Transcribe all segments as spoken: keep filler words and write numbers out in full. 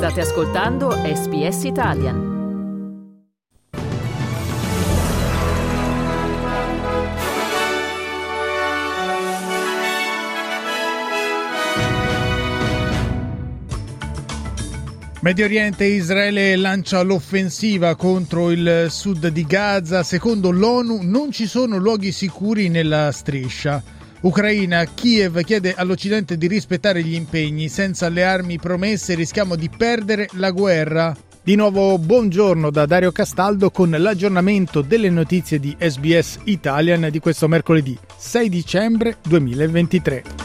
State ascoltando S B S Italian. Medio Oriente, Israele lancia l'offensiva contro il sud di Gaza. Secondo l'ONU non ci sono luoghi sicuri nella striscia. Ucraina, Kiev chiede all'Occidente di rispettare gli impegni. Senza le armi promesse rischiamo di perdere la guerra. Di nuovo buongiorno da Dario Castaldo con l'aggiornamento delle notizie di S B S Italian di questo mercoledì sei dicembre duemilaventitré.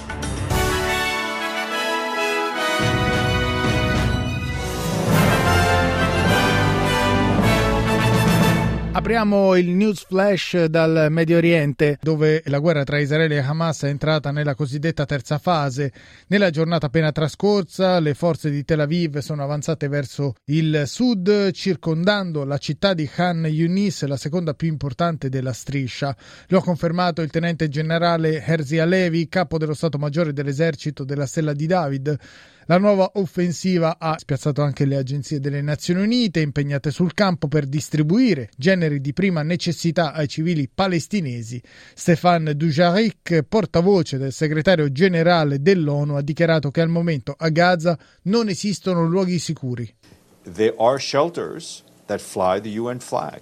Apriamo il news flash dal Medio Oriente, dove la guerra tra Israele e Hamas è entrata nella cosiddetta terza fase. Nella giornata appena trascorsa, le forze di Tel Aviv sono avanzate verso il sud, circondando la città di Khan Yunis, la seconda più importante della striscia. Lo ha confermato il tenente generale Herzi Halevi, capo dello Stato Maggiore dell'esercito della Stella di David. La nuova offensiva ha spiazzato anche le agenzie delle Nazioni Unite, impegnate sul campo per distribuire generi di prima necessità ai civili palestinesi. Stéphane Dujarric, portavoce del segretario generale dell'ONU, ha dichiarato che al momento a Gaza non esistono luoghi sicuri. There are shelters that fly the U N flag,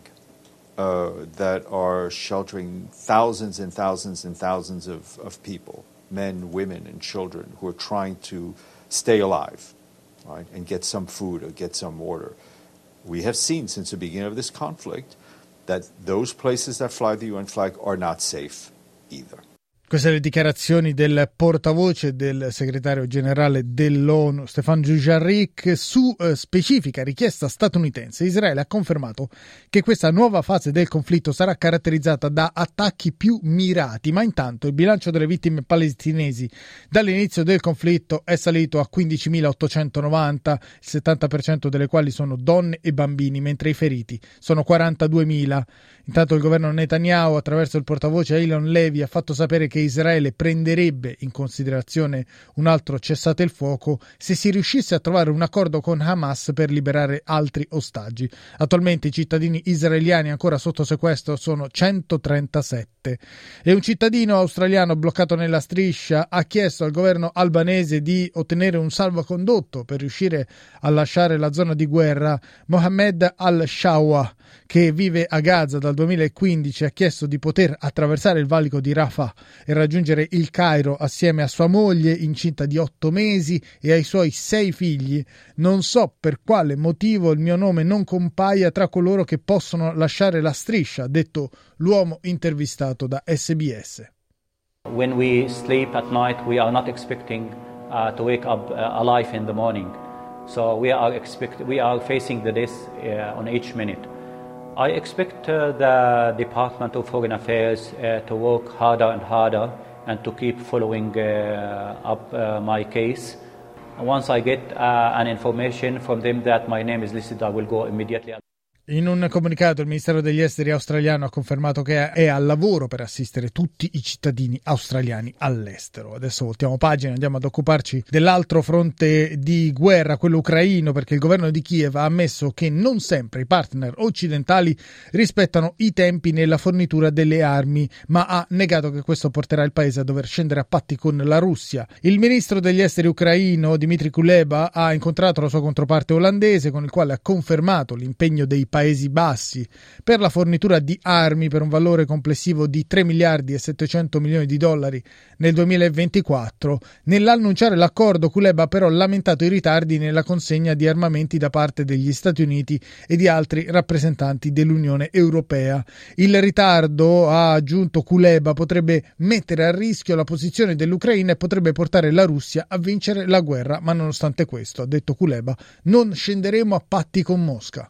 uh, that are sheltering thousands and thousands and thousands of, of people, men, women and children who are trying to stay alive, right, and get some food or get some water. We have seen since the beginning of this conflict that those places that fly the U N flag are not safe either. Queste le dichiarazioni del portavoce del segretario generale dell'ONU, Stéphane Dujarric, su eh, specifica richiesta statunitense. Israele ha confermato che questa nuova fase del conflitto sarà caratterizzata da attacchi più mirati, ma intanto il bilancio delle vittime palestinesi dall'inizio del conflitto è salito a quindicimilaottocentonovanta, il settanta per cento delle quali sono donne e bambini, mentre i feriti sono quarantaduemila. Intanto il governo Netanyahu, attraverso il portavoce Eylon Levy, ha fatto sapere che Israele prenderebbe in considerazione un altro cessate il fuoco se si riuscisse a trovare un accordo con Hamas per liberare altri ostaggi. Attualmente i cittadini israeliani ancora sotto sequestro sono centotrentasette. E un cittadino australiano bloccato nella striscia ha chiesto al governo albanese di ottenere un salvacondotto per riuscire a lasciare la zona di guerra. Mohammed al-Shawa, che vive a Gaza dal duemilaquindici, ha chiesto di poter attraversare il valico di Rafah e raggiungere il Cairo assieme a sua moglie incinta di otto mesi e ai suoi sei figli. Non so per quale motivo il mio nome non compaia tra coloro che possono lasciare la striscia, ha detto l'uomo intervistato da S B S. When we sleep at night, we are not expecting uh, to wake up uh, alive in the morning. So we are expect we are facing the death uh, on each minute. I expect uh, the Department of Foreign Affairs uh, to work harder and harder and to keep following uh, up uh, my case. Once I get uh, an information from them that my name is listed, I will go immediately. In un comunicato il Ministero degli Esteri australiano ha confermato che è al lavoro per assistere tutti i cittadini australiani all'estero. Adesso voltiamo pagina e andiamo ad occuparci dell'altro fronte di guerra, quello ucraino, perché il governo di Kiev ha ammesso che non sempre i partner occidentali rispettano i tempi nella fornitura delle armi, ma ha negato che questo porterà il paese a dover scendere a patti con la Russia. Il ministro degli esteri ucraino, Dmytro Kuleba, ha incontrato la sua controparte olandese, con il quale ha confermato l'impegno dei Paesi Bassi per la fornitura di armi per un valore complessivo di tre miliardi e settecento milioni di dollari nel duemilaventiquattro. Nell'annunciare l'accordo, Kuleba ha però lamentato i ritardi nella consegna di armamenti da parte degli Stati Uniti e di altri rappresentanti dell'Unione Europea. Il ritardo, ha aggiunto Kuleba, potrebbe mettere a rischio la posizione dell'Ucraina e potrebbe portare la Russia a vincere la guerra, ma nonostante questo, ha detto Kuleba, non scenderemo a patti con Mosca.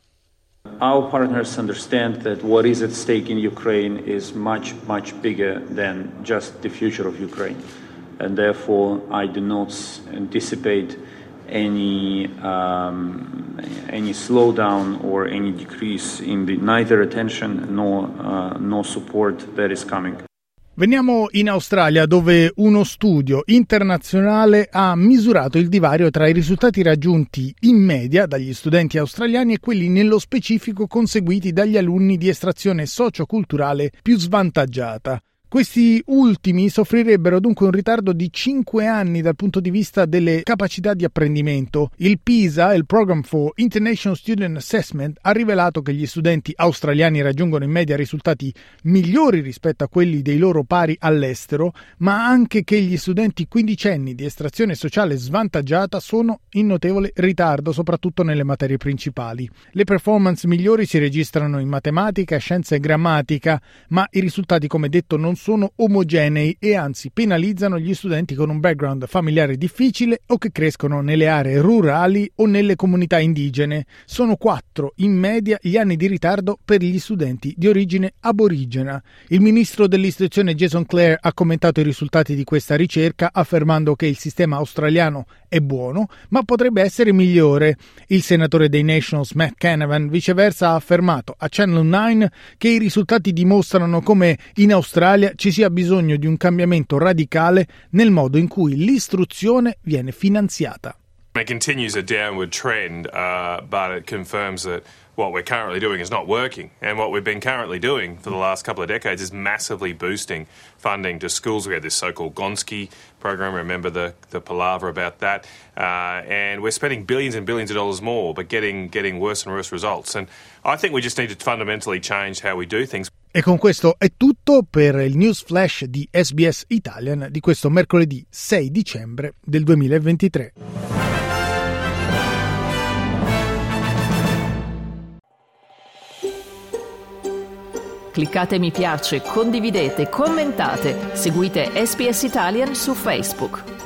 Our partners understand that what is at stake in Ukraine is much, much bigger than just the future of Ukraine. And therefore, I do not anticipate any um, any slowdown or any decrease in the neither attention nor uh, nor support that is coming. Veniamo in Australia, dove uno studio internazionale ha misurato il divario tra i risultati raggiunti in media dagli studenti australiani e quelli nello specifico conseguiti dagli alunni di estrazione socioculturale più svantaggiata. Questi ultimi soffrirebbero dunque un ritardo di cinque anni dal punto di vista delle capacità di apprendimento. Il PISA, il Program for International Student Assessment, ha rivelato che gli studenti australiani raggiungono in media risultati migliori rispetto a quelli dei loro pari all'estero, ma anche che gli studenti quindicenni di estrazione sociale svantaggiata sono in notevole ritardo, soprattutto nelle materie principali. Le performance migliori si registrano in matematica, scienza e grammatica, ma i risultati, come detto, non sono omogenei e anzi penalizzano gli studenti con un background familiare difficile o che crescono nelle aree rurali o nelle comunità indigene. Sono quattro in media gli anni di ritardo per gli studenti di origine aborigena. Il ministro dell'istruzione Jason Clare ha commentato i risultati di questa ricerca affermando che il sistema australiano è buono ma potrebbe essere migliore. Il senatore dei Nationals Matt Canavan viceversa ha affermato a Channel nove che i risultati dimostrano come in Australia ci sia bisogno di un cambiamento radicale nel modo in cui l'istruzione viene finanziata. It continues a downward trend, uh, but it confirms that what we're currently doing is not working. And what we've been currently doing for the last couple of decades is massively boosting funding to schools. We had this so-called Gonski program, remember the, the palaver about that. Uh, and we're spending billions and billions of dollars more, but getting, getting worse and worse results. And I think we just need to fundamentally change how we do things. E con questo è tutto per il News Flash di S B S Italian di questo mercoledì sei dicembre del duemilaventitré. Cliccate mi piace, condividete, commentate, seguite S B S Italian su Facebook.